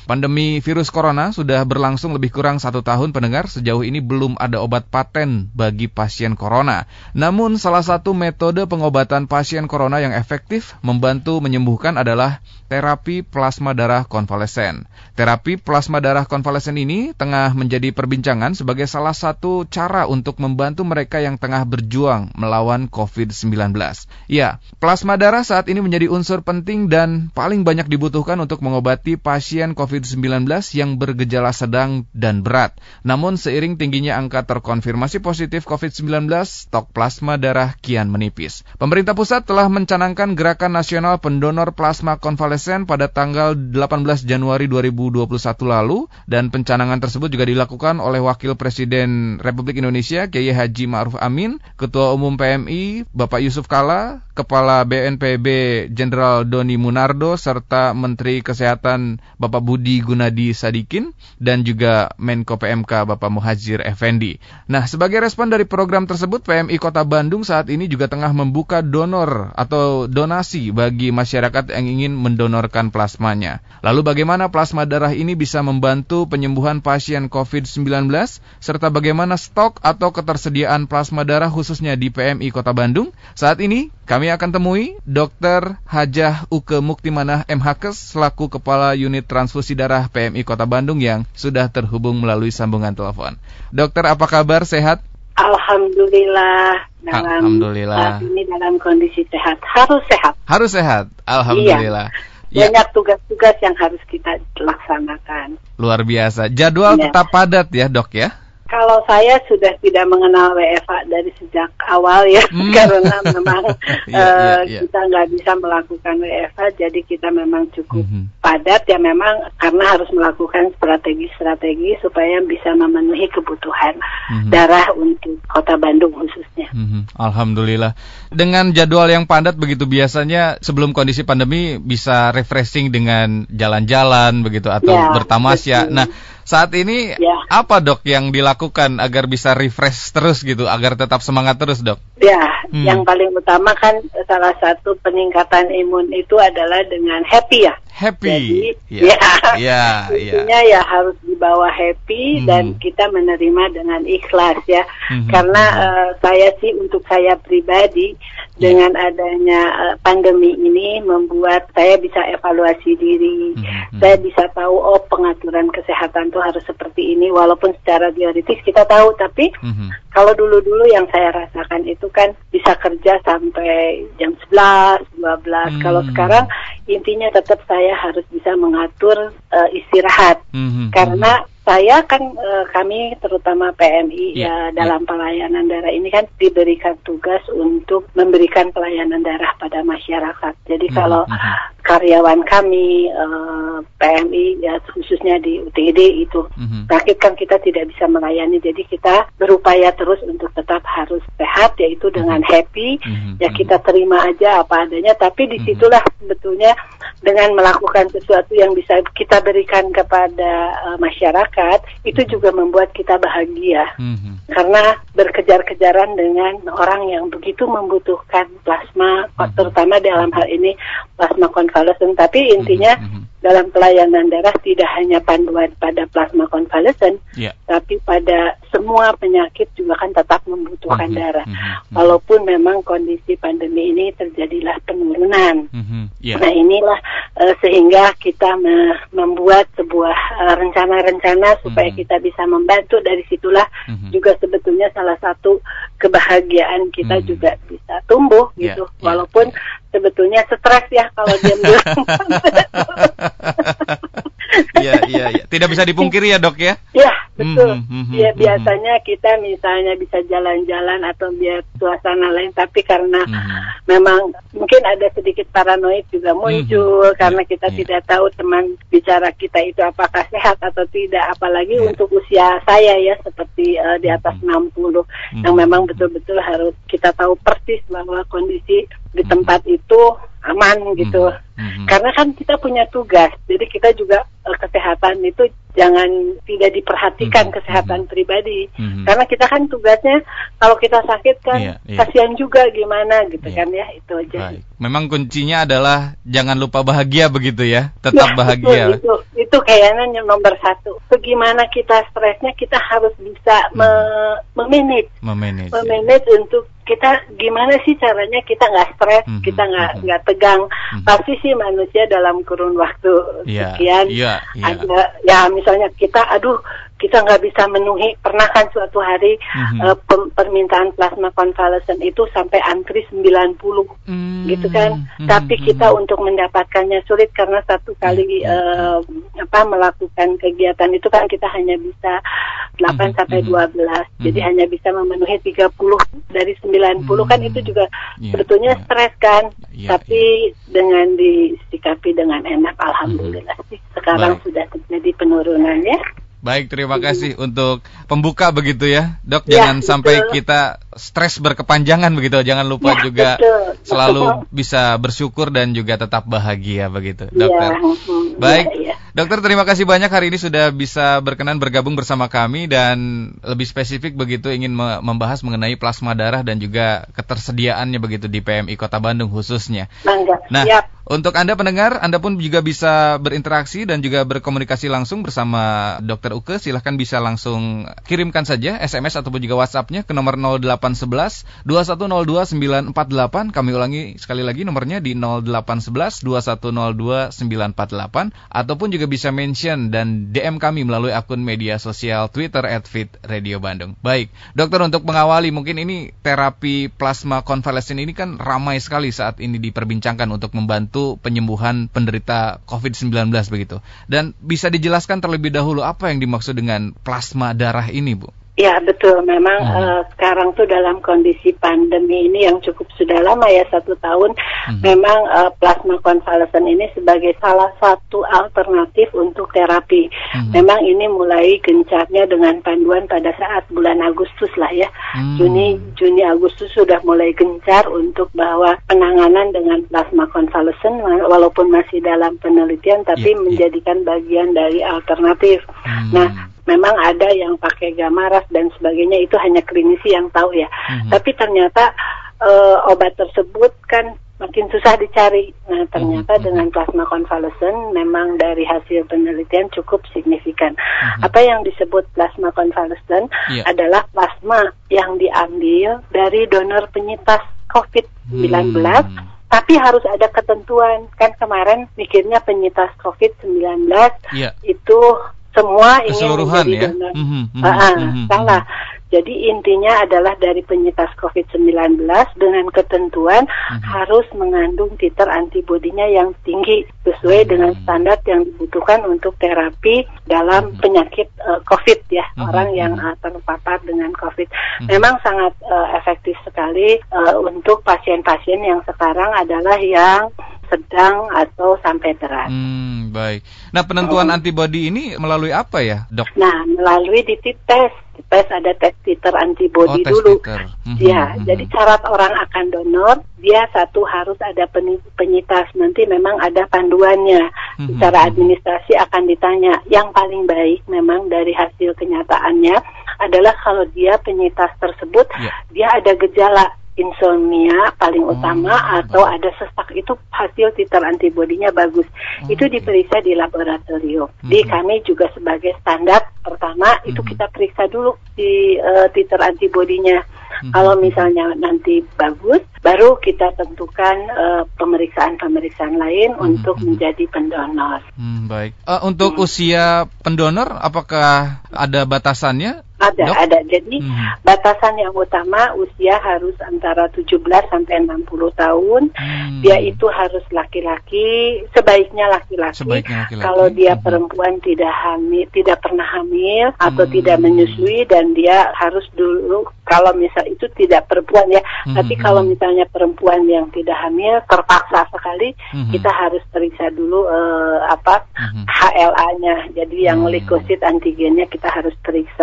Pandemi virus corona sudah berlangsung lebih kurang 1 tahun pendengar. Sejauh ini belum ada obat paten bagi pasien corona. Namun salah satu metode pengobatan pasien corona yang efektif membantu menyembuhkan adalah terapi plasma darah konvalesen. Terapi plasma darah konvalesen ini tengah menjadi perbincangan sebagai salah satu cara untuk membantu mereka yang tengah berjuang melawan COVID-19. Ya, plasma darah saat ini menjadi unsur penting dan paling banyak dibutuhkan untuk mengobati pasien COVID-19 yang bergejala sedang dan berat. Namun seiring tingginya angka terkonfirmasi positif COVID-19, stok plasma darah kian menipis. Pemerintah pusat telah mencanangkan Gerakan Nasional Pendonor Plasma Konvalesen pada tanggal 18 Januari 2021 lalu, dan pencanangan tersebut juga dilakukan oleh Wakil Presiden Republik Indonesia Kiai Haji Ma'ruf Amin, Ketua Umum PMI Bapak Yusuf Kalla, Kepala BNPB Jenderal Doni Munardo, serta Menteri Kesehatan Bapak Budi Gunadi Sadikin, dan juga Menko PMK Bapak Muhadjir Effendi. Nah, sebagai respon dari program tersebut, PMI Kota Bandung saat ini juga tengah membuka donor atau donasi bagi masyarakat yang ingin mendonorkan plasmanya. Lalu bagaimana plasma darah ini bisa membantu penyembuhan pasien COVID-19, serta bagaimana stok atau ketersediaan plasma darah khususnya di PMI Kota Bandung? Saat ini kami akan temui Dr. Hajah Uke Muktimanah MHkes selaku Kepala Unit Transfusi Darah PMI Kota Bandung yang sudah terhubung melalui sambungan telepon. Dokter, apa kabar? Sehat? Alhamdulillah. Alhamdulillah. Saat ini dalam kondisi sehat. Harus sehat. Harus sehat. Alhamdulillah. Iya. Banyak tugas-tugas yang harus kita laksanakan. Luar biasa. Jadwal tetap padat ya, Dok ya? Kalau saya sudah tidak mengenal WFH dari sejak awal ya, karena memang kita nggak bisa melakukan WFH, jadi kita memang cukup padat ya, memang karena harus melakukan strategi-strategi supaya bisa memenuhi kebutuhan darah untuk Kota Bandung khususnya. Alhamdulillah. Dengan jadwal yang padat begitu, biasanya sebelum kondisi pandemi bisa refreshing dengan jalan-jalan begitu atau bertamasya. Nah, saat ini apa, Dok, yang dilakukan agar bisa refresh terus gitu, agar tetap semangat terus, Dok? Ya, yang paling utama kan salah satu peningkatan imun itu adalah dengan happy ya. Happy. Jadi intinya ya harus dibawa happy dan kita menerima dengan ikhlas ya. Karena saya sih, untuk saya pribadi, dengan adanya pandemi ini membuat saya bisa evaluasi diri. Saya bisa tahu, oh, pengaturan kesehatan tuh harus seperti ini, walaupun secara teoritis kita tahu, tapi kalau dulu-dulu yang saya rasakan itu kan bisa kerja sampai jam 11, 12. Kalau sekarang intinya tetap saya harus bisa mengatur istirahat. Karena saya kan, kami terutama PMI dalam pelayanan darah ini kan diberikan tugas untuk memberikan pelayanan darah pada masyarakat. Jadi kalau karyawan kami PMI ya, khususnya di UTD itu sakit kan kita tidak bisa melayani. Jadi kita berupaya terus untuk tetap harus sehat, yaitu dengan happy. Ya kita terima aja apa adanya. Tapi disitulah sebetulnya dengan melakukan sesuatu yang bisa kita berikan kepada masyarakat, itu juga membuat kita bahagia. Karena berkejar-kejaran dengan orang yang begitu membutuhkan plasma, terutama dalam hal ini plasma konvalesen. Tapi intinya dalam pelayanan darah tidak hanya panduan pada plasma konvalesen, tapi pada semua penyakit juga kan tetap membutuhkan darah. Walaupun memang kondisi pandemi ini terjadilah penurunan. Nah, inilah sehingga kita membuat sebuah rencana-rencana supaya kita bisa membantu. Dari situlah juga sebetulnya salah satu kebahagiaan kita juga bisa tumbuh gitu. Walaupun sebetulnya stres ya kalau diam-diam. Iya. Tidak bisa dipungkiri ya, Dok ya? Iya, betul. Ya, biasanya kita misalnya bisa jalan-jalan atau biar suasana lain, tapi karena memang mungkin ada sedikit paranoid juga muncul karena kita tidak tahu teman bicara kita itu apakah sehat atau tidak, apalagi untuk usia saya ya, seperti di atas 60 yang memang betul-betul harus kita tahu persis bahwa kondisi di tempat itu aman gitu. Karena kan kita punya tugas, jadi kita juga kesehatan itu jangan tidak diperhatikan kesehatan pribadi. Karena kita kan tugasnya kalau kita sakit kan kasihan juga gimana gitu kan ya, itu aja. Baik. Memang kuncinya adalah jangan lupa bahagia begitu ya, tetap bahagia. Itu kayaknya nomor satu. Bagaimana kita stresnya, kita harus bisa memanage untuk kita gimana sih caranya kita nggak stres, kita nggak tegang. Pasti sih manusia dalam kurun waktu sekian ada ya misalnya kita nggak bisa memenuhi, pernah kan suatu hari permintaan plasma konvalesen itu sampai antri 90 gitu kan. Tapi kita untuk mendapatkannya sulit karena satu kali melakukan kegiatan itu kan kita hanya bisa 8 sampai 12. Jadi hanya bisa memenuhi 30 dari 90 kan itu juga sebetulnya stres kan. Tapi dengan disikapi dengan enak, alhamdulillah sih sekarang sudah terjadi penurunan ya. Baik, terima kasih untuk pembuka begitu ya, Dok. Jangan sampai kita stres berkepanjangan begitu. Jangan lupa juga selalu bisa bersyukur dan juga tetap bahagia begitu, Dokter. Baik, Dokter, terima kasih banyak hari ini sudah bisa berkenan bergabung bersama kami dan lebih spesifik begitu ingin membahas mengenai plasma darah dan juga ketersediaannya begitu di PMI Kota Bandung khususnya. Nah, untuk Anda pendengar, Anda pun juga bisa berinteraksi dan juga berkomunikasi langsung bersama Dr. Uke. Silahkan bisa langsung kirimkan saja SMS ataupun juga WhatsApp-nya ke nomor 0811 2102 948. Kami ulangi sekali lagi nomornya di 0811 2102 948. Ataupun juga bisa mention dan DM kami melalui akun media sosial Twitter @fitradio_bandung. Baik, Dokter, untuk mengawali mungkin ini terapi plasma konvalesen ini kan ramai sekali saat ini diperbincangkan untuk membantu penyembuhan penderita COVID-19 begitu. Dan bisa dijelaskan terlebih dahulu apa yang dimaksud dengan plasma darah ini, Bu? Ya betul, memang sekarang tuh dalam kondisi pandemi ini yang cukup sudah lama ya, 1 tahun, memang plasma konvalesen ini sebagai salah satu alternatif untuk terapi. Memang ini mulai gencarnya dengan panduan pada saat bulan Agustus lah ya, Juni Agustus sudah mulai gencar untuk bahwa penanganan dengan plasma konvalesen walaupun masih dalam penelitian tapi menjadikan bagian dari alternatif. Nah, memang ada yang pakai gamma ras dan sebagainya, itu hanya klinisi yang tahu ya. Tapi ternyata obat tersebut kan makin susah dicari. Nah, ternyata dengan plasma konvalesen memang dari hasil penelitian cukup signifikan. Apa yang disebut plasma konvalesen adalah plasma yang diambil dari donor penyintas COVID-19. Tapi harus ada ketentuan. Kan kemarin mikirnya penyintas COVID-19 itu semua ingin menjadi donor. Salah. Jadi intinya adalah dari penyintas COVID-19 dengan ketentuan harus mengandung titer antibodinya yang tinggi sesuai dengan standar yang dibutuhkan untuk terapi dalam penyakit COVID ya, orang yang terpapar dengan COVID. Memang sangat efektif sekali untuk pasien-pasien yang sekarang adalah yang sedang atau sampai berat. Baik. Nah, penentuan antibodi ini melalui apa ya, Dok? Nah, melalui tes. Tes ada tes titer antibodi dulu. Ya, jadi syarat orang akan donor, dia satu harus ada penyintas. Nanti memang ada panduannya. Secara administrasi akan ditanya. Yang paling baik memang dari hasil kenyataannya adalah kalau dia penyintas tersebut, dia ada gejala insomnia paling utama atau ada sesak, itu hasil titer antibodinya bagus. Itu diperiksa di laboratorium. Di kami juga sebagai standar pertama itu kita periksa dulu di titer antibodinya. Kalau misalnya nanti bagus, baru kita tentukan pemeriksaan-pemeriksaan lain untuk menjadi pendonor. Baik. Untuk usia pendonor, apakah ada batasannya? Ada. Jadi batasan yang utama usia harus antara 17 sampai 60 tahun. Dia itu harus laki-laki, sebaiknya laki-laki. Kalau dia perempuan tidak pernah hamil atau tidak menyusui, dan dia harus dulu, kalau misal itu tidak perempuan ya, tapi kalau misalnya perempuan yang tidak hamil terpaksa sekali, kita harus periksa dulu HLA-nya. Jadi yang leukosit antigennya kita harus periksa.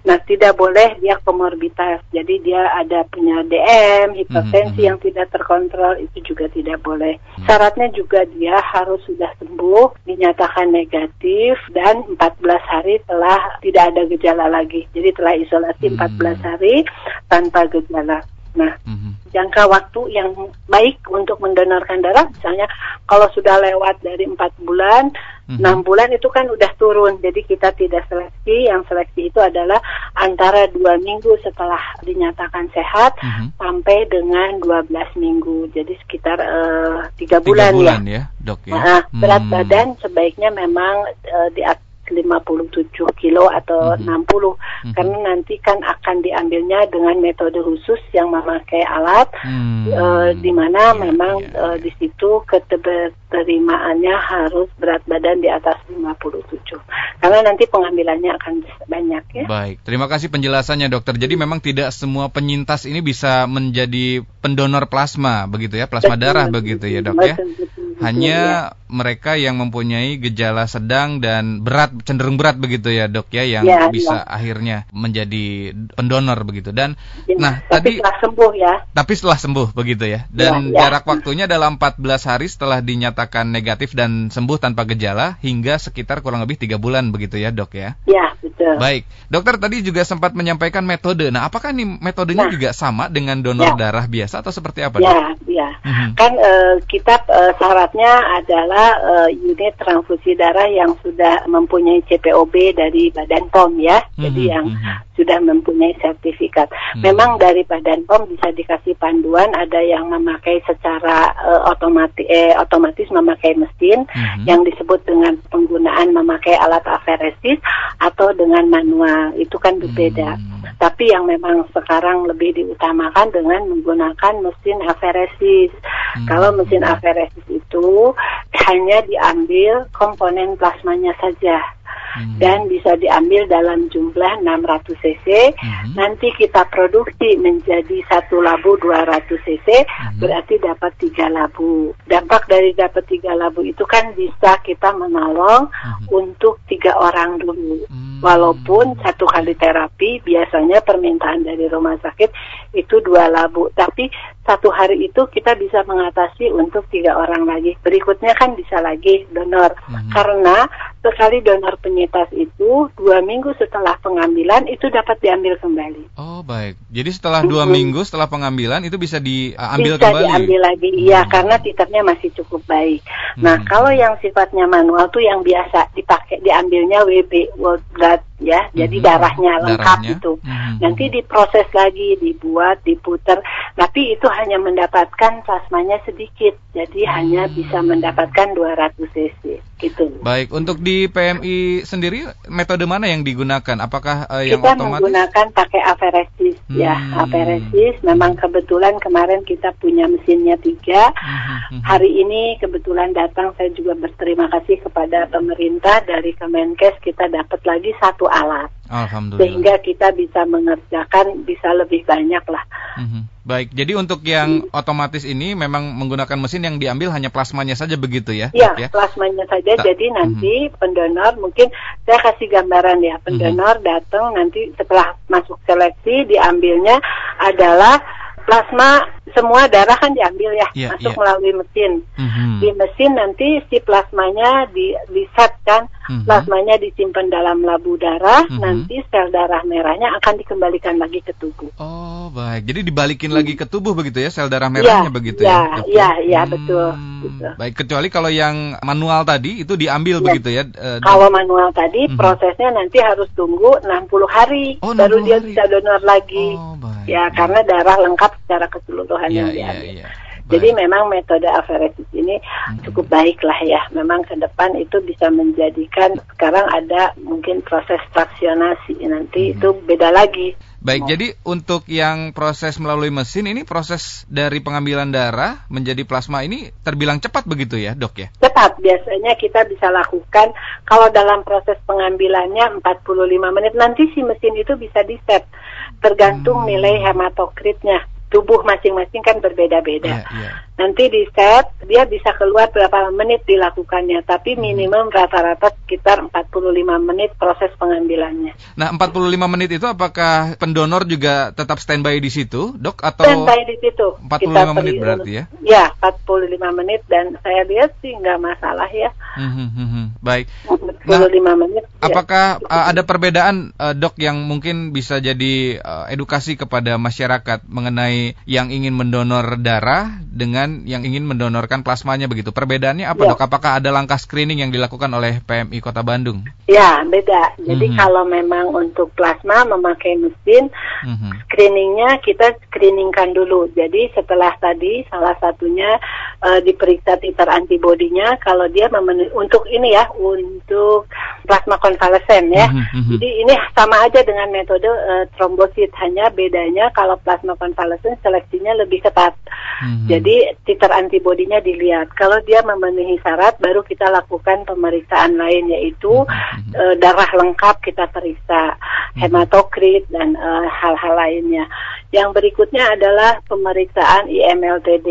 Nah, tidak boleh dia komorbitas. Jadi dia ada punya DM, hipertensi yang tidak terkontrol, itu juga tidak boleh. Syaratnya juga dia harus sudah sembuh, dinyatakan negatif, dan 14 hari telah tidak ada gejala lagi. Jadi telah isolasi 14 hari tanpa gejala. Nah, jangka waktu yang baik untuk mendonorkan darah, misalnya kalau sudah lewat dari 4 bulan, 6 bulan itu kan udah turun. Jadi kita tidak seleksi, yang seleksi itu adalah antara 2 minggu setelah dinyatakan sehat sampai dengan 12 minggu. Jadi sekitar 3 bulan ya, Dok ya. Nah, berat badan sebaiknya memang di atas 57 kilo atau 60 karena nanti kan akan diambilnya dengan metode khusus yang memakai alat di mana memang di situ keterimaannya harus berat badan di atas 57 karena nanti pengambilannya akan banyak ya. Baik, terima kasih penjelasannya dokter. Jadi memang tidak semua penyintas ini bisa menjadi pendonor plasma begitu ya, plasma darah begitu ya dok ya. Hanya mereka yang mempunyai gejala sedang dan berat, cenderung berat begitu ya dok ya, yang bisa akhirnya menjadi pendonor begitu. Dan tapi setelah sembuh ya. Tapi setelah sembuh begitu ya. Dan jarak waktunya dalam 14 hari setelah dinyatakan negatif dan sembuh tanpa gejala hingga sekitar kurang lebih 3 bulan begitu ya dok ya. Ya betul. Baik, dokter tadi juga sempat menyampaikan metode. Nah, apakah nih metodenya juga sama dengan donor darah biasa atau seperti apa? Ya. Kan kita syaratnya adalah unit transfusi darah yang sudah mempunyai CPOB dari Badan POM ya. Jadi yang sudah mempunyai sertifikat. Memang dari Badan POM bisa dikasih panduan, ada yang memakai secara otomatis memakai mesin yang disebut dengan penggunaan memakai alat aferesis atau dengan manual. Itu kan berbeda. Tapi yang memang sekarang lebih diutamakan dengan menggunakan mesin aferesis. Kalau mesin aferesis itu hanya diambil komponen plasmanya saja. Dan bisa diambil dalam jumlah 600 cc. Nanti kita produksi menjadi 1 labu 200 cc, berarti dapat 3 labu. Dampak dari dapat 3 labu itu kan bisa kita menolong untuk 3 orang dulu. Walaupun 1 kali terapi biasanya permintaan dari rumah sakit itu 2 labu, tapi 1 hari itu kita bisa mengatasi untuk 3 orang lagi. Berikutnya kan bisa lagi donor. Karena sekali donor penyintas itu 2 minggu setelah pengambilan itu dapat diambil kembali. Oh baik, jadi setelah 2 minggu setelah pengambilan itu bisa diambil bisa kembali? Bisa diambil lagi, iya karena titernya masih cukup baik. Nah kalau yang sifatnya manual tuh yang biasa dipakai, diambilnya WB, Whole Blood ya, jadi darahnya lengkap itu. Nanti diproses lagi, dibuat, diputer, tapi itu hanya mendapatkan plasmanya sedikit, jadi hanya bisa mendapatkan 200 cc gitu. Baik, untuk di PMI sendiri metode mana yang digunakan? Apakah yang kita otomatis? Kita menggunakan pakai aferesis ya, aferesis. Memang kebetulan kemarin kita punya mesinnya 3. Hari ini kebetulan datang, saya juga berterima kasih kepada pemerintah dari Kemenkes, kita dapat lagi 1 alat. Alhamdulillah. Sehingga kita bisa mengerjakan bisa lebih banyak lah. Baik, jadi untuk yang otomatis ini memang menggunakan mesin yang diambil hanya plasmanya saja begitu ya? Iya, plasmanya saja. Jadi nanti pendonor, mungkin saya kasih gambaran ya, pendonor datang nanti setelah masuk seleksi diambilnya adalah plasma, semua darah kan diambil ya, masuk melalui mesin. Di mesin nanti si plasmanya di-set kan, plasmanya disimpan dalam labu darah, nanti sel darah merahnya akan dikembalikan lagi ke tubuh. Oh baik, jadi dibalikin lagi ke tubuh begitu ya, sel darah merahnya begitu ya? Iya, betul. Baik, kecuali kalau yang manual tadi itu diambil begitu ya? Kalau manual tadi prosesnya nanti harus tunggu 60 hari, baru dia bisa donor lagi. Ya, karena darah lengkap secara keseluruhan yang diambil. Jadi memang metode aferesis ini cukup baik lah ya. Memang ke depan itu bisa menjadikan, sekarang ada mungkin proses fraksionasi, nanti itu beda lagi. Baik, jadi untuk yang proses melalui mesin ini, proses dari pengambilan darah menjadi plasma ini terbilang cepat begitu ya dok ya? Cepat, biasanya kita bisa lakukan kalau dalam proses pengambilannya 45 menit, nanti si mesin itu bisa di-set tergantung nilai hematokritnya. Tubuh masing-masing kan berbeda-beda. nanti di set dia bisa keluar berapa menit dilakukannya, tapi minimum rata-rata sekitar 45 menit proses pengambilannya. Nah, 45 menit itu apakah pendonor juga tetap standby di situ, Dok? Atau standby di situ. 45 menit berarti ya? Ya, 45 menit dan saya lihat sih nggak masalah ya. Baik. 45 menit. Apakah ada perbedaan, Dok, yang mungkin bisa jadi edukasi kepada masyarakat mengenai yang ingin mendonor darah dengan yang ingin mendonorkan plasmanya begitu? Perbedaannya apa, Dok? Apakah ada langkah screening yang dilakukan oleh PMI Kota Bandung? Ya, beda. Jadi kalau memang untuk plasma memakai mesin, screeningnya kita screeningkan dulu. Jadi setelah tadi salah satunya diperiksa titer antibodinya, kalau dia memenuhi untuk ini ya, untuk plasma konvalesen ya. Jadi ini sama aja dengan metode trombosit, hanya bedanya kalau plasma konvalesen seleksinya lebih ketat. Jadi titer antibodinya dilihat. Kalau dia memenuhi syarat, baru kita lakukan pemeriksaan lain, yaitu darah lengkap kita periksa, hematokrit dan hal-hal lainnya. Yang berikutnya adalah pemeriksaan IMLTD.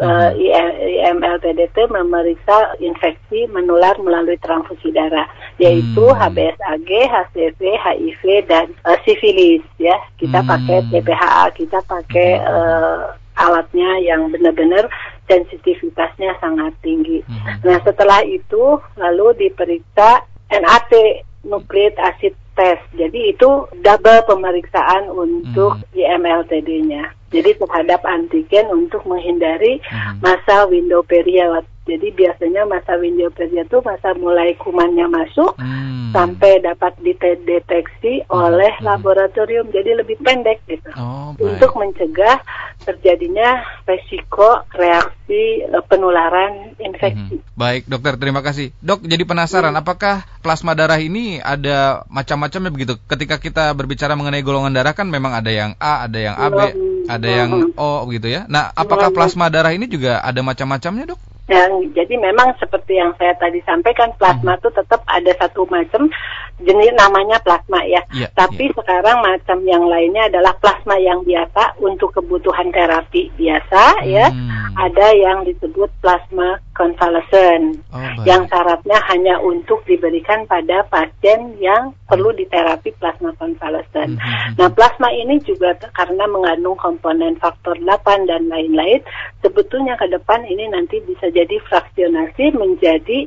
IMLTD itu memeriksa infeksi menular melalui transfusi darah, yaitu HBsAg, HCV, HIV dan sifilis ya. Kita pakai PPHA, kita pakai alatnya yang benar-benar sensitivitasnya sangat tinggi. Nah, setelah itu lalu diperiksa NAT, nucleic acid test. Jadi itu double pemeriksaan untuk IMLTD-nya. Jadi terhadap antigen untuk menghindari masa window period. Jadi biasanya masa window period itu masa mulai kumannya masuk sampai dapat dideteksi oleh laboratorium. Jadi lebih pendek gitu. Untuk mencegah terjadinya resiko reaksi penularan infeksi. Baik, Dokter, terima kasih. Dok, jadi penasaran, apakah plasma darah ini ada macam-macamnya begitu? Ketika kita berbicara mengenai golongan darah kan memang ada yang A, ada yang AB, ada yang O gitu ya. Nah, apakah plasma darah ini juga ada macam-macamnya, Dok? Jadi memang seperti yang saya tadi sampaikan, plasma itu tetap ada satu macam jenis namanya plasma ya. Tapi sekarang macam yang lainnya adalah plasma yang biasa untuk kebutuhan terapi biasa ya. Ada yang disebut plasma konvalesen yang syaratnya hanya untuk diberikan pada pasien yang perlu diterapi plasma konvalesen. Nah, plasma ini juga karena mengandung komponen faktor 8 dan lain-lain, sebetulnya ke depan ini nanti bisa jadi fraksionasi menjadi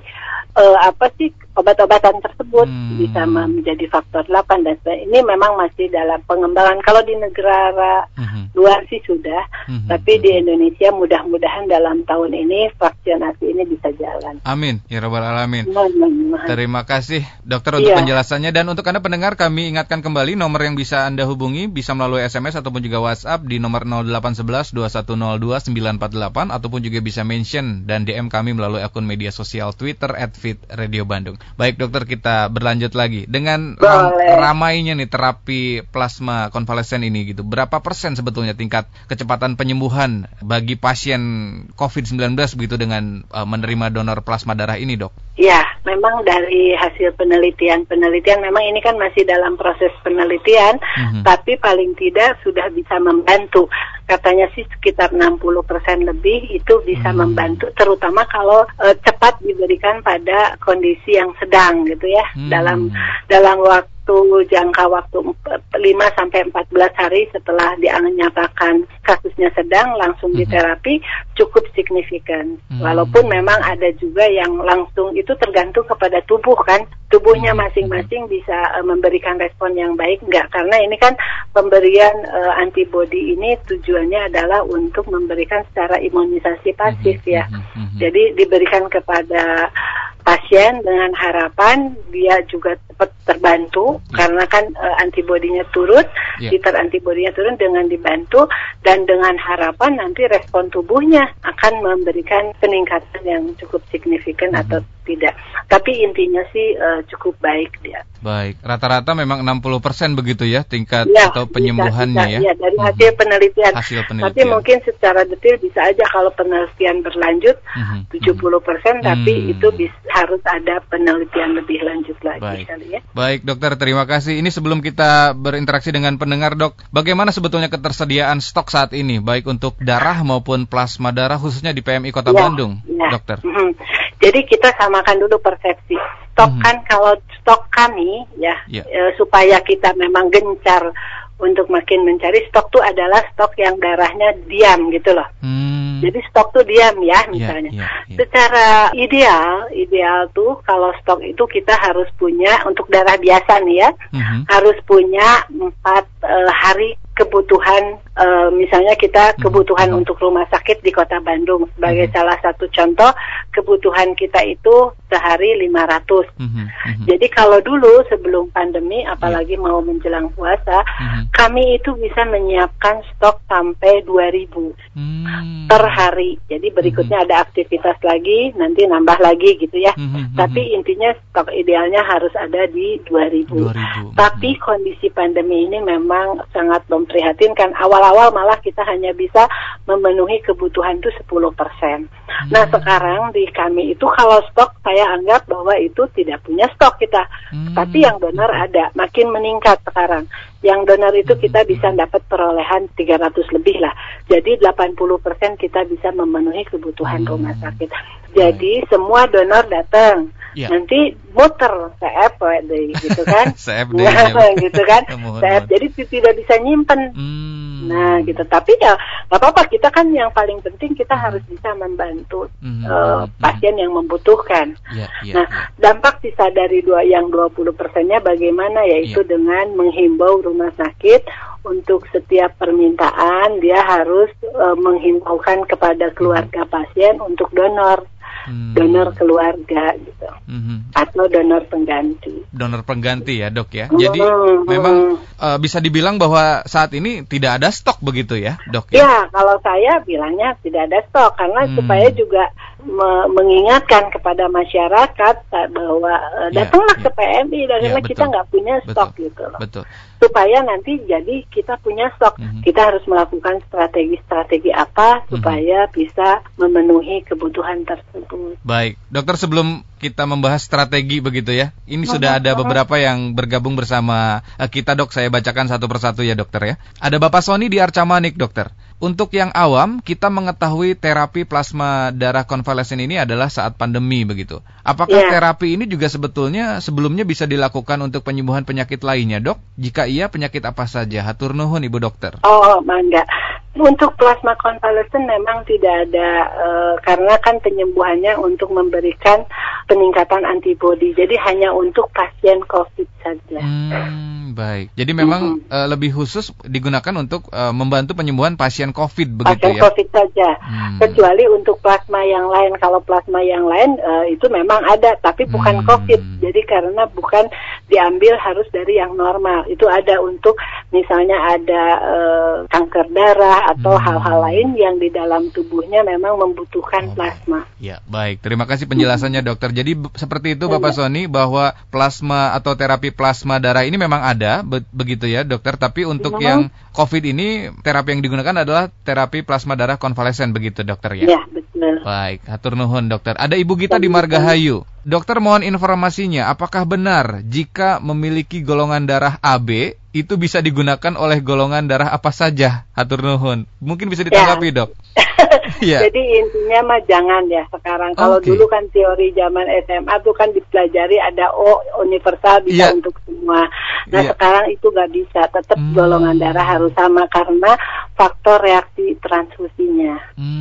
obat-obatan tersebut bisa menjadi faktor 8 dan ini memang masih dalam pengembangan. Kalau di negara luar sih sudah, tapi di Indonesia mudah-mudahan dalam tahun ini fraksionasi ini bisa jalan. Amin, ya rabbal alamin. Terima kasih Dokter untuk penjelasannya, dan untuk Anda pendengar kami ingatkan kembali nomor yang bisa Anda hubungi bisa melalui SMS ataupun juga WhatsApp di nomor 0811 2102 948 ataupun juga bisa mention dan DM kami melalui akun media sosial Twitter @fitradiobandung. Baik Dokter, kita berlanjut lagi dengan ramainya nih terapi plasma konvalesen ini gitu. Berapa persen sebetulnya tingkat kecepatan penyembuhan bagi pasien COVID-19 begitu dengan menerima donor plasma darah ini, Dok? Ya, memang dari hasil penelitian memang ini kan masih dalam proses penelitian, tapi paling tidak sudah bisa membantu. Katanya sih sekitar 60% lebih itu bisa membantu, terutama kalau cepat diberikan pada kondisi yang sedang gitu ya. Dalam jangka waktu 5 sampai 14 hari setelah dinyatakan kasusnya sedang langsung diterapi cukup signifikan. Walaupun memang ada juga yang langsung, itu tergantung kepada tubuh kan. Tubuhnya masing-masing bisa memberikan respon yang baik enggak, karena ini kan pemberian antibodi ini tujuannya adalah untuk memberikan secara imunisasi pasif ya. Jadi diberikan kepada pasien dengan harapan dia juga cepat terbantu karena kan antibodinya turun, titer antibodinya turun dengan dibantu, dan dengan harapan nanti respon tubuhnya akan memberikan peningkatan yang cukup signifikan atau tidak. Tapi intinya sih cukup baik dia. Baik, rata-rata memang 60% begitu ya tingkat atau penyembuhannya bisa. Ya, dari hasil penelitian. Tapi mungkin secara detail bisa aja kalau penelitian berlanjut 70%, tapi itu harus ada penelitian lebih lanjut lagi kali ya. Baik, dokter, terima kasih. Ini sebelum kita berinteraksi dengan pendengar, dok, bagaimana sebetulnya ketersediaan stok saat ini, baik untuk darah maupun plasma darah khususnya di PMI Kota Bandung, dokter? Jadi kita samakan dulu persepsi. Stok kan kalau stok kami supaya kita memang gencar untuk makin mencari, stok tuh adalah stok yang darahnya diam gitu loh. Jadi stok tuh diam ya misalnya. Secara ideal tuh kalau stok itu kita harus punya untuk darah biasa nih ya, harus punya 4 hari kebutuhan, misalnya kita kebutuhan untuk rumah sakit di Kota Bandung sebagai salah satu contoh, kebutuhan kita itu sehari 500. Jadi kalau dulu sebelum pandemi, apalagi mau menjelang puasa, kami itu bisa menyiapkan stok sampai 2.000 per hari. Jadi berikutnya ada aktivitas lagi, nanti nambah lagi gitu ya. Tapi intinya stok idealnya harus ada di 2.000. Tapi kondisi pandemi ini memang sangat memprihatinkan. Awal-awal malah kita hanya bisa memenuhi kebutuhan itu 10%. Nah sekarang di kami itu kalau stok saya anggap bahwa itu tidak punya stok kita. Tapi yang donor ada, makin meningkat sekarang. Yang donor itu kita bisa dapat perolehan 300 lebih lah. Jadi 80% kita bisa memenuhi kebutuhan rumah sakit. Jadi semua donor datang. Nanti muter CF gitu kan. Gitu kan. CF jadi tidak bisa nyimpen. Nah gitu. Tapi ya nggak apa-apa, kita kan yang paling penting kita harus bisa membantu pasien yang membutuhkan. Nah dampak sisa dari yang 20%-nya bagaimana, yaitu dengan menghimbau rumah sakit untuk setiap permintaan dia harus menghimbaukan kepada keluarga pasien untuk donor keluarga gitu, atau donor pengganti. Donor pengganti ya dok ya. Jadi memang bisa dibilang bahwa saat ini tidak ada stok begitu ya dok ya? Ya kalau saya bilangnya tidak ada stok karena supaya juga mengingatkan kepada masyarakat bahwa datanglah ke PMI karena kita nggak punya stok gitu loh. Supaya nanti jadi kita punya stok, kita harus melakukan strategi apa supaya bisa memenuhi kebutuhan tersebut. Baik, dokter, sebelum kita membahas strategi begitu ya, ini sudah ada beberapa yang bergabung bersama kita dok, saya bacakan satu persatu ya dokter ya. Ada Bapak Sony di Arca Manik dokter. Untuk yang awam, kita mengetahui terapi plasma darah konvalesen ini adalah saat pandemi begitu. Apakah terapi ini juga sebelumnya bisa dilakukan untuk penyembuhan penyakit lainnya dok? Jika iya, penyakit apa saja? Hatur nuhun Ibu Dokter. Oh, mangga. Untuk plasma konvalesen memang tidak ada, karena kan penyembuhannya untuk memberikan peningkatan antibodi. Jadi hanya untuk pasien COVID saja. Baik. Jadi memang lebih khusus digunakan untuk membantu penyembuhan pasien COVID begitu pasien ya? COVID saja. Kecuali untuk plasma yang lain. Kalau plasma yang lain itu memang ada, tapi bukan COVID. Jadi karena bukan diambil harus dari yang normal. Itu ada untuk misalnya ada kanker darah atau hal-hal lain yang di dalam tubuhnya memang membutuhkan plasma. Ya, baik. Terima kasih penjelasannya dokter. Jadi seperti itu Bapak Sony, bahwa plasma atau terapi plasma darah ini memang ada, begitu ya dokter. Tapi untuk yang COVID ini terapi yang digunakan adalah terapi plasma darah konvalesen begitu dokter ya? Ya, betul. Baik, hatur nuhun dokter. Ada Ibu Gita di Margahayu. Dokter, mohon informasinya, apakah benar jika memiliki golongan darah AB itu bisa digunakan oleh golongan darah apa saja? Hatur nuhun. Mungkin bisa ditanggapi dok. Jadi intinya mah jangan ya sekarang. Kalau dulu kan teori zaman SMA tuh kan dipelajari ada universal bisa untuk semua. Nah sekarang itu nggak bisa. Tetap golongan darah harus sama karena faktor reaksi transfusinya.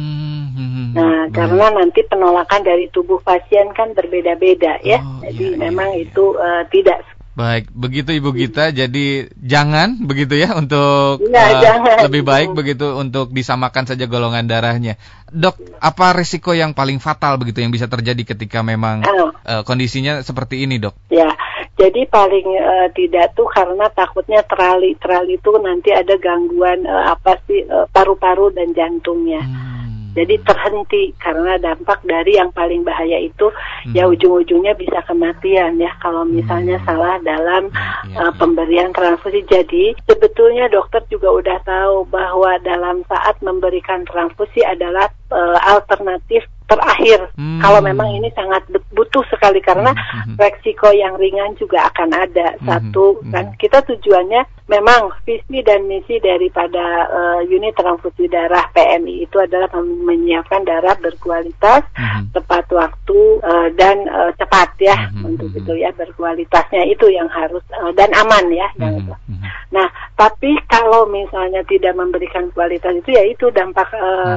Nah karena nanti penolakan dari tubuh pasien kan berbeda-beda ya. Jadi memang itu tidak. Baik, begitu Ibu Gita. Jadi jangan begitu ya untuk lebih baik begitu untuk disamakan saja golongan darahnya. Dok, apa risiko yang paling fatal begitu yang bisa terjadi ketika memang kondisinya seperti ini, Dok? Ya, jadi paling tidak tuh karena takutnya terali itu nanti ada gangguan paru-paru dan jantungnya. Jadi terhenti karena dampak dari yang paling bahaya itu ya ujung-ujungnya bisa kematian ya kalau misalnya salah dalam pemberian transfusi. Jadi sebetulnya dokter juga udah tahu bahwa dalam saat memberikan transfusi adalah alternatif terakhir kalau memang ini sangat butuh sekali karena resiko yang ringan juga akan ada. Satu kan kita tujuannya memang visi dan misi daripada unit transfusi darah PMI itu adalah menyiapkan darah berkualitas, tepat waktu dan cepat ya untuk itu ya, berkualitasnya itu yang harus dan aman ya yang itu. Nah, tapi kalau misalnya tidak memberikan kualitas itu ya itu dampak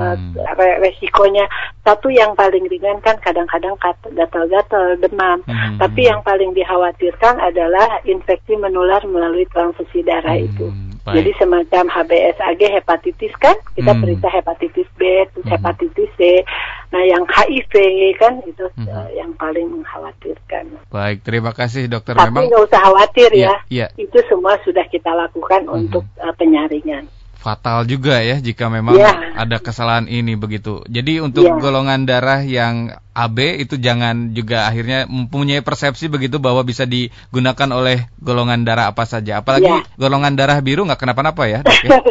resikonya. Satu yang paling ringan kan kadang-kadang gatal-gatal, demam. Tapi yang paling dikhawatirkan adalah infeksi menular melalui transfusi darah itu. Jadi semacam HBsAg, hepatitis kan, kita periksa hepatitis B, hepatitis C. Nah yang HIV kan itu yang paling mengkhawatirkan. Baik, terima kasih dokter. Tapi nggak usah khawatir ya. Itu semua sudah kita lakukan untuk penyaringan. Fatal juga ya jika memang ada kesalahan ini begitu. Jadi untuk golongan darah yang AB itu jangan juga akhirnya mempunyai persepsi begitu bahwa bisa digunakan oleh golongan darah apa saja. Apalagi golongan darah biru nggak kenapa-napa ya.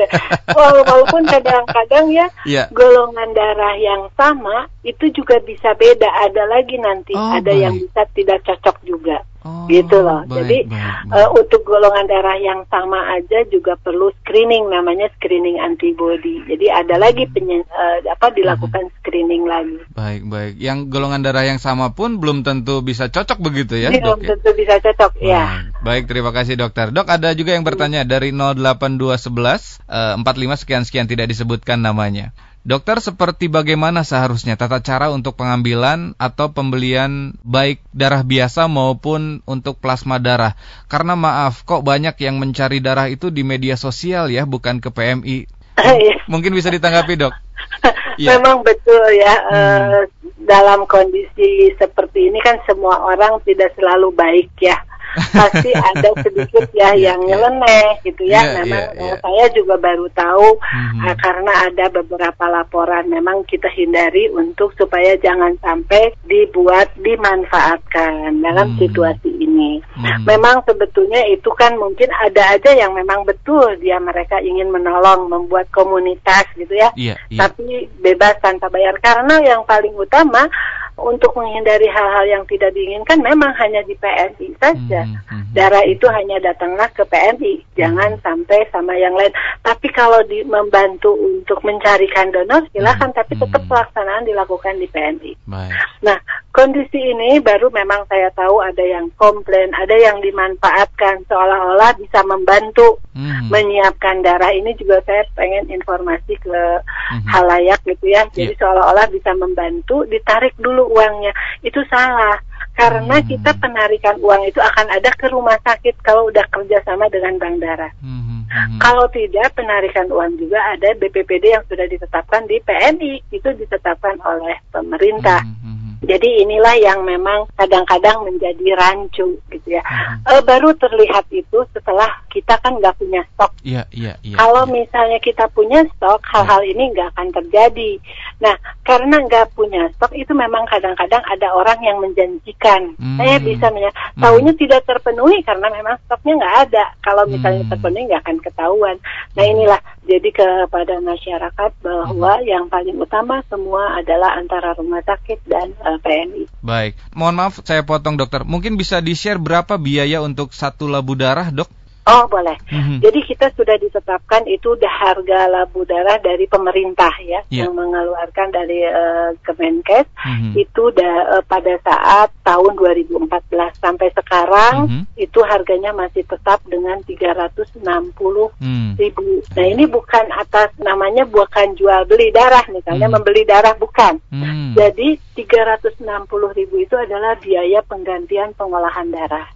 Walaupun kadang-kadang golongan darah yang sama itu juga bisa beda. Ada lagi nanti ada yang bisa tidak cocok juga. Gitu loh. Jadi untuk golongan darah yang sama aja juga perlu screening, namanya screening antibody. Jadi ada lagi dilakukan screening lagi. Baik. Yang golongan darah yang sama pun belum tentu bisa cocok begitu ya, Dok? Belum tentu bisa cocok, ya. Baik, terima kasih dokter. Dok, ada juga yang bertanya dari 08211 45 sekian tidak disebutkan namanya. Dokter, seperti bagaimana seharusnya tata cara untuk pengambilan atau pembelian baik darah biasa maupun untuk plasma darah? Karena maaf, kok banyak yang mencari darah itu di media sosial ya, bukan ke PMI. Mungkin bisa ditanggapi, Dok. Memang betul ya, dalam kondisi seperti ini kan semua orang tidak selalu baik ya. Pasti ada sedikit yang nyeleneh gitu ya. Memang saya juga baru tahu karena ada beberapa laporan. Memang kita hindari untuk supaya jangan sampai dimanfaatkan dalam situasi ini. Memang sebetulnya itu kan mungkin ada aja yang memang betul mereka ingin menolong, membuat komunitas gitu ya. Tapi bebas tanpa bayar, karena yang paling utama untuk menghindari hal-hal yang tidak diinginkan memang hanya di PMI saja. Darah itu hanya datanglah ke PMI, jangan sampai sama yang lain. Tapi kalau membantu untuk mencarikan donor silakan, tapi tetap pelaksanaan dilakukan di PMI. Nah, kondisi ini baru memang saya tahu ada yang komplain, ada yang dimanfaatkan seolah-olah bisa membantu menyiapkan darah. Ini juga saya pengen informasi ke halayak gitu ya. Jadi seolah-olah bisa membantu, ditarik dulu uangnya. Itu salah. Karena kita penarikan uang itu akan ada ke rumah sakit kalau udah kerjasama dengan bank darah. Kalau tidak, penarikan uang juga ada BPPD yang sudah ditetapkan di PMI, itu ditetapkan oleh pemerintah. Jadi inilah yang memang kadang-kadang menjadi rancu gitu ya. Baru terlihat itu setelah kita kan nggak punya stok. Kalau misalnya kita punya stok, hal-hal ini nggak akan terjadi. Nah, karena nggak punya stok itu memang kadang-kadang ada orang yang menjanjikan. Saya bisa tahunya tidak terpenuhi karena memang stoknya nggak ada. Kalau misalnya terpenuhi nggak akan ketahuan. Nah, inilah jadi kepada masyarakat bahwa yang paling utama semua adalah antara rumah sakit dan PMI. Baik, mohon maaf saya potong dokter. Mungkin bisa di-share berapa biaya untuk satu labu darah, Dok? Oh, boleh. Jadi kita sudah ditetapkan itu harga labu darah dari pemerintah yang mengeluarkan dari Kemenkes itu pada saat tahun 2014 sampai sekarang itu harganya masih tetap dengan 360.000. Nah, ini bukan namanya bukan jual beli darah misalnya membeli darah, bukan. Jadi 360.000 itu adalah biaya penggantian pengolahan darah.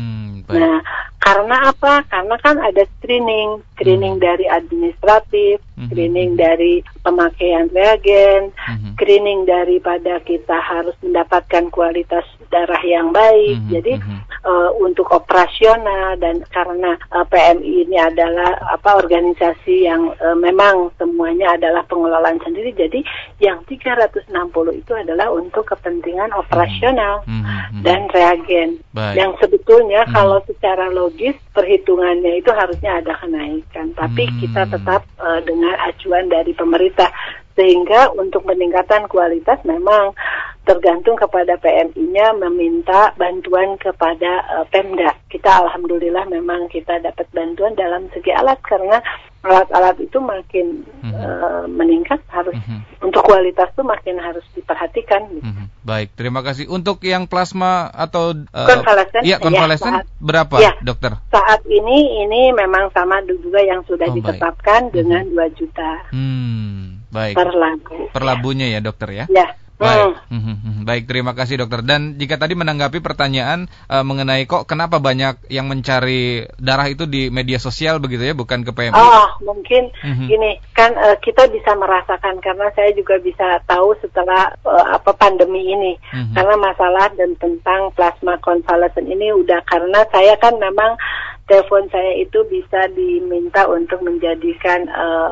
Nah, karena apa? Karena kan ada screening dari administratif, screening dari pemakaian reagen, screening daripada kita harus mendapatkan kualitas darah yang baik. Jadi untuk operasional, dan karena PMI ini adalah organisasi yang memang semuanya adalah pengelolaan sendiri, jadi yang 360 itu adalah untuk kepentingan operasional dan reagen. Yang sebetulnya kalau secara logis perhitungannya itu harusnya ada kenaikan, tapi kita tetap dengan acuan dari pemerintah, sehingga untuk peningkatan kualitas memang tergantung kepada PMI-nya meminta bantuan kepada Pemda. Kita alhamdulillah memang kita dapat bantuan dalam segi alat, karena alat-alat itu makin meningkat, harus untuk kualitas itu makin harus diperhatikan. Gitu. Baik, terima kasih. Untuk yang plasma atau konvalesen, konvalesen berapa, dokter? Saat ini memang sama juga yang sudah ditetapkan dengan 2 juta. Baik. Per labunya ya, dokter ya? Ya. Baik. Baik, terima kasih dokter. Dan jika tadi menanggapi pertanyaan mengenai kok kenapa banyak yang mencari darah itu di media sosial begitu ya, bukan ke PMI? Mungkin gini, kan kita bisa merasakan, karena saya juga bisa tahu setelah pandemi ini, karena masalah dan tentang plasma konvalesen ini udah, karena saya kan memang telepon saya itu bisa diminta untuk menjadikan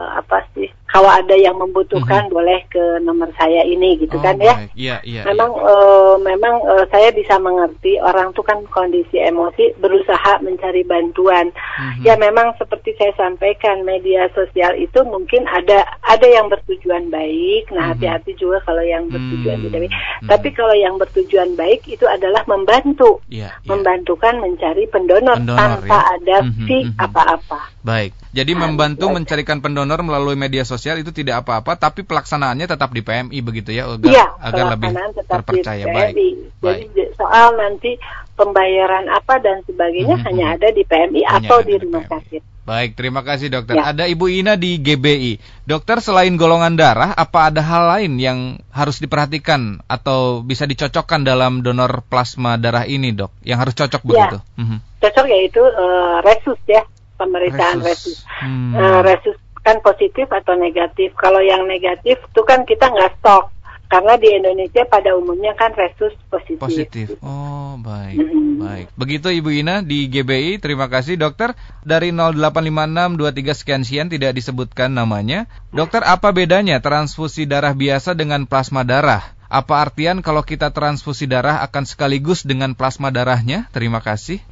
kalau ada yang membutuhkan boleh ke nomor saya ini gitu kan ya. Iya. Memang saya bisa mengerti orang tuh kan kondisi emosi, berusaha mencari bantuan. Ya memang seperti saya sampaikan, media sosial itu mungkin ada yang bertujuan baik. Nah, hati-hati juga kalau yang bertujuan tidak baik. Tapi kalau yang bertujuan baik itu adalah membantu. Membantukan mencari pendonor tanpa ada fee apa-apa. Baik. Jadi membantu mencarikan pendonor melalui media sosial itu tidak apa-apa, tapi pelaksanaannya tetap di PMI begitu ya, agar lebih terpercaya. Baik. Jadi soal nanti pembayaran apa dan sebagainya hanya ada di PMI atau di rumah sakit. Baik, terima kasih dokter. Ada Ibu Ina di GBI. Dokter, selain golongan darah, apa ada hal lain yang harus diperhatikan atau bisa dicocokkan dalam donor plasma darah ini, dok? Yang harus cocok begitu? Cocok yaitu resus ya, pemeriksaan resus. Resus kan positif atau negatif. Kalau yang negatif itu kan kita nggak stok, karena di Indonesia pada umumnya kan resus positif. Oh, baik. Baik. Begitu Ibu Ina di GBI. Terima kasih dokter. Dari 085623 sekian tidak disebutkan namanya. Dokter, apa bedanya transfusi darah biasa dengan plasma darah? Apa artian kalau kita transfusi darah akan sekaligus dengan plasma darahnya? Terima kasih.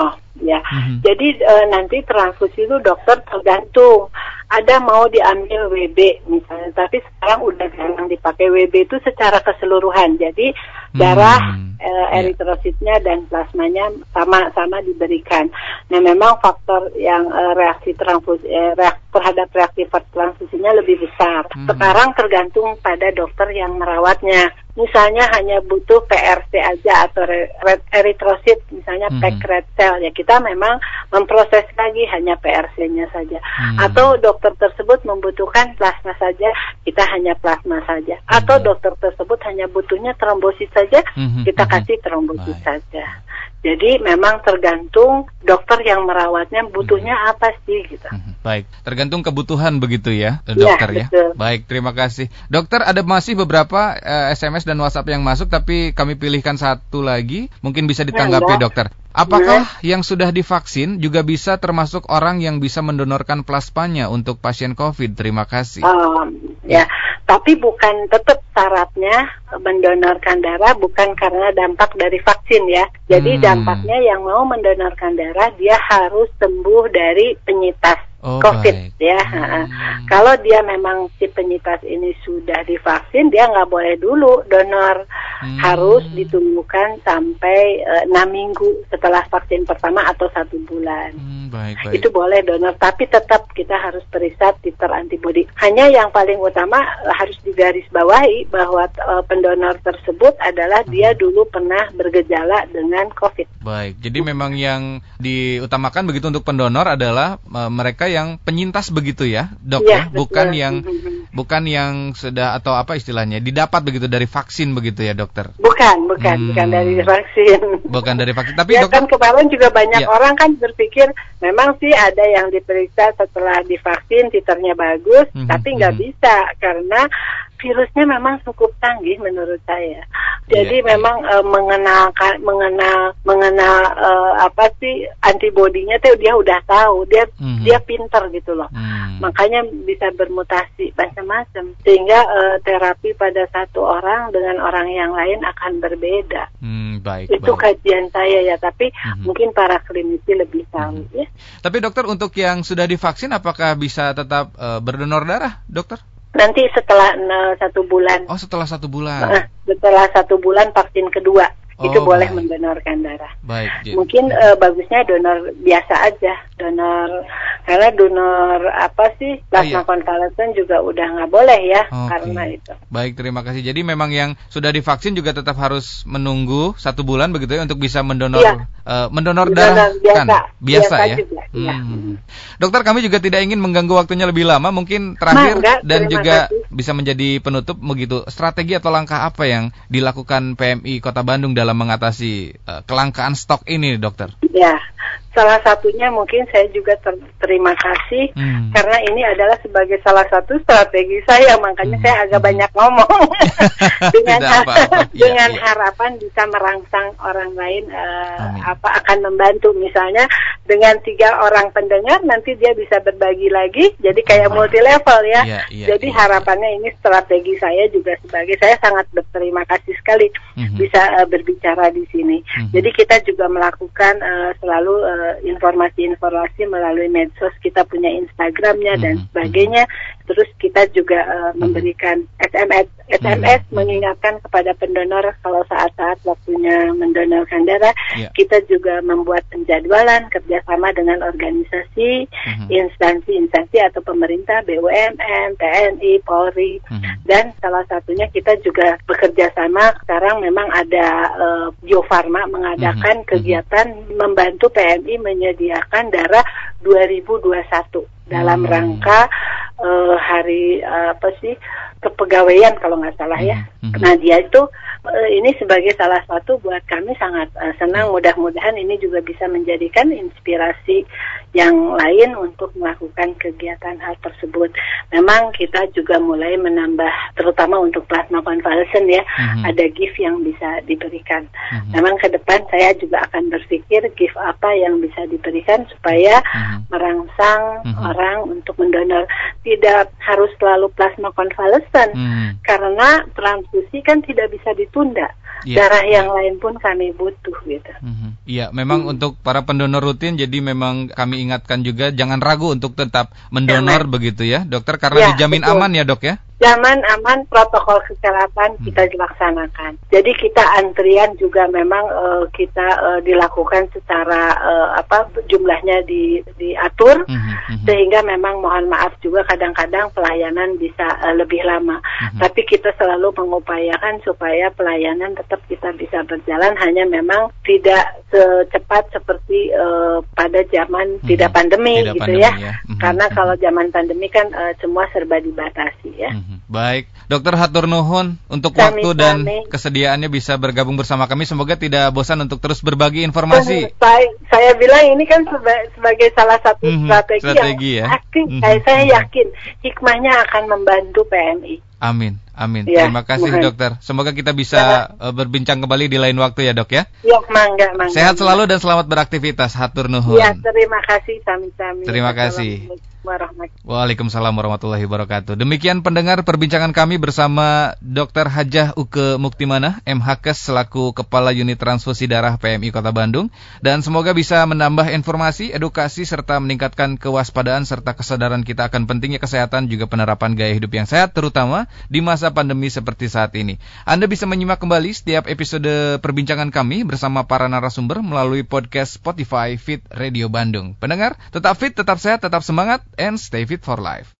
Jadi nanti transfusi itu dokter tergantung. Ada mau diambil WB misalnya, tapi sekarang udah jarang dipakai WB itu secara keseluruhan. Jadi darah, eritrositnya dan plasmanya sama-sama diberikan. Nah, memang faktor yang reaksi transfusi terhadap reaksi transfusinya lebih besar. Sekarang tergantung pada dokter yang merawatnya. Misalnya hanya butuh PRC aja atau eritrosit, misalnya pack red cell, ya kita memang memproses lagi hanya PRC-nya saja. Atau dokter tersebut membutuhkan plasma saja, kita hanya plasma saja. Atau dokter tersebut hanya butuhnya trombosit saja, kita kasih trombosit saja. Jadi memang tergantung dokter yang merawatnya butuhnya apa sih gitu. Baik, tergantung kebutuhan begitu ya, dokter ya. Baik, terima kasih. Dokter, ada masih beberapa SMS dan WhatsApp yang masuk, tapi kami pilihkan satu lagi, mungkin bisa ditanggapi dokter. Apakah yang sudah divaksin juga bisa termasuk orang yang bisa mendonorkan plasmanya untuk pasien COVID? Terima kasih. Tapi bukan, tetap syaratnya mendonorkan darah bukan karena dampak dari vaksin ya. Jadi dampaknya yang mau mendonorkan darah dia harus sembuh dari penyintas COVID ya. Kalau dia memang si penyintas ini sudah divaksin, dia nggak boleh dulu donor. Harus ditunggukan sampai 6 minggu setelah vaksin pertama atau 1 bulan. Baik. Itu boleh donor, tapi tetap kita harus periksa titer antibodi. Hanya yang paling utama harus digarisbawahi bahwa pendonor tersebut adalah dia dulu pernah bergejala dengan COVID. Baik, jadi memang yang diutamakan begitu untuk pendonor adalah mereka yang penyintas begitu ya, dok ya? Bukan yang sudah atau apa istilahnya didapat begitu dari vaksin begitu ya, dokter? Bukan dari vaksin. Bukan dari vaksin, tapi ya, dokter kan kemarin juga banyak orang kan berpikir memang sih ada yang diperiksa setelah divaksin titernya bagus, tapi nggak bisa karena virusnya memang cukup canggih menurut saya. Jadi memang mengenal apa sih antibodinya tuh dia udah tahu, dia pinter gitu loh. Makanya bisa bermutasi macam-macam sehingga terapi pada satu orang dengan orang yang lain akan berbeda. Itu kajian saya ya, tapi mungkin para klinisi lebih tahu ya. Tapi dokter, untuk yang sudah divaksin apakah bisa tetap berdonor darah, dokter? Nanti setelah 1 bulan. Oh, setelah 1 bulan. Setelah 1 bulan vaksin kedua. Itu boleh mendonorkan darah. Mungkin bagusnya donor biasa aja, karena donor plasma konvalesen juga udah nggak boleh ya, karena itu. Baik, terima kasih. Jadi memang yang sudah divaksin juga tetap harus menunggu 1 bulan begitu ya untuk bisa mendonor darah biasa ya. Juga, Dokter, kami juga tidak ingin mengganggu waktunya lebih lama, mungkin terakhir dan juga bisa menjadi penutup begitu. Strategi atau langkah apa yang dilakukan PMI Kota Bandung dalam mengatasi kelangkaan stok ini, dokter? Ya, salah satunya mungkin saya juga terima kasih karena ini adalah sebagai salah satu strategi saya, makanya saya agak banyak ngomong dengan harapan bisa merangsang orang lain akan membantu. Misalnya dengan 3 orang pendengar nanti dia bisa berbagi lagi, jadi kayak multi level ya. Jadi harapannya ini strategi saya juga, sebagai saya sangat berterima kasih sekali bisa berbicara di sini. Jadi kita juga melakukan selalu informasi-informasi melalui medsos, kita punya Instagramnya dan sebagainya. Terus kita juga memberikan SMS mengingatkan kepada pendonor kalau saat-saat waktunya mendonorkan darah. Kita juga membuat penjadwalan kerjasama dengan organisasi, instansi atau pemerintah, BUMN, TNI, Polri, dan salah satunya kita juga bekerja sama. Sekarang memang ada Bio Farma mengadakan kegiatan membantu PMI menyediakan darah 2021 dalam rangka hari kepegawaian kalau nggak salah ya. Nah, dia itu ini sebagai salah satu buat kami sangat senang. Mudah-mudahan ini juga bisa menjadikan inspirasi yang lain untuk melakukan kegiatan hal tersebut. Memang kita juga mulai menambah, terutama untuk plasma konvalesen ya, ada gift yang bisa diberikan. Memang ke depan saya juga akan berpikir gift apa yang bisa diberikan supaya merangsang orang untuk mendonor. Tidak harus selalu plasma konvalesen, karena transfusi kan tidak bisa ditunda. Darah yang lain pun kami butuh gitu. Iya, memang untuk para pendonor rutin, jadi memang kami ingatkan juga jangan ragu untuk tetap mendonor begitu ya, dokter, karena dijamin aman ya, dok ya. Zaman aman, protokol kesehatan kita dilaksanakan. Jadi kita antrian juga memang kita dilakukan secara jumlahnya diatur, sehingga memang mohon maaf juga kadang-kadang pelayanan bisa lebih lama. Tapi kita selalu mengupayakan supaya pelayanan tetap kita bisa berjalan, hanya memang tidak secepat seperti pada zaman tidak pandemi gitu ya. Karena kalau zaman pandemi kan semua serba dibatasi ya. Baik, dokter, hatur nuhun untuk waktu dan kesediaannya bisa bergabung bersama kami. Semoga tidak bosan untuk terus berbagi informasi. Saya bilang ini kan sebagai salah satu strategi yang saya yakin hikmahnya akan membantu PMI. Amin. Terima kasih dokter. Semoga kita bisa berbincang kembali di lain waktu ya, dok ya. Ya, mangga. Sehat selalu dan selamat beraktivitas. Hatur nuhun. Ya, terima kasih sami-sami. Terima kasih. Waalaikumsalam warahmatullahi wabarakatuh. Demikian pendengar perbincangan kami bersama Dr. Hajah Uke Muktimana, MHKes selaku Kepala Unit Transfusi Darah PMI Kota Bandung, dan semoga bisa menambah informasi, edukasi serta meningkatkan kewaspadaan serta kesadaran kita akan pentingnya kesehatan juga penerapan gaya hidup yang sehat, terutama di masa pandemi seperti saat ini. Anda bisa menyimak kembali setiap episode perbincangan kami bersama para narasumber melalui podcast Spotify Fit Radio Bandung. Pendengar, tetap fit, tetap sehat, tetap semangat, and stay fit for life.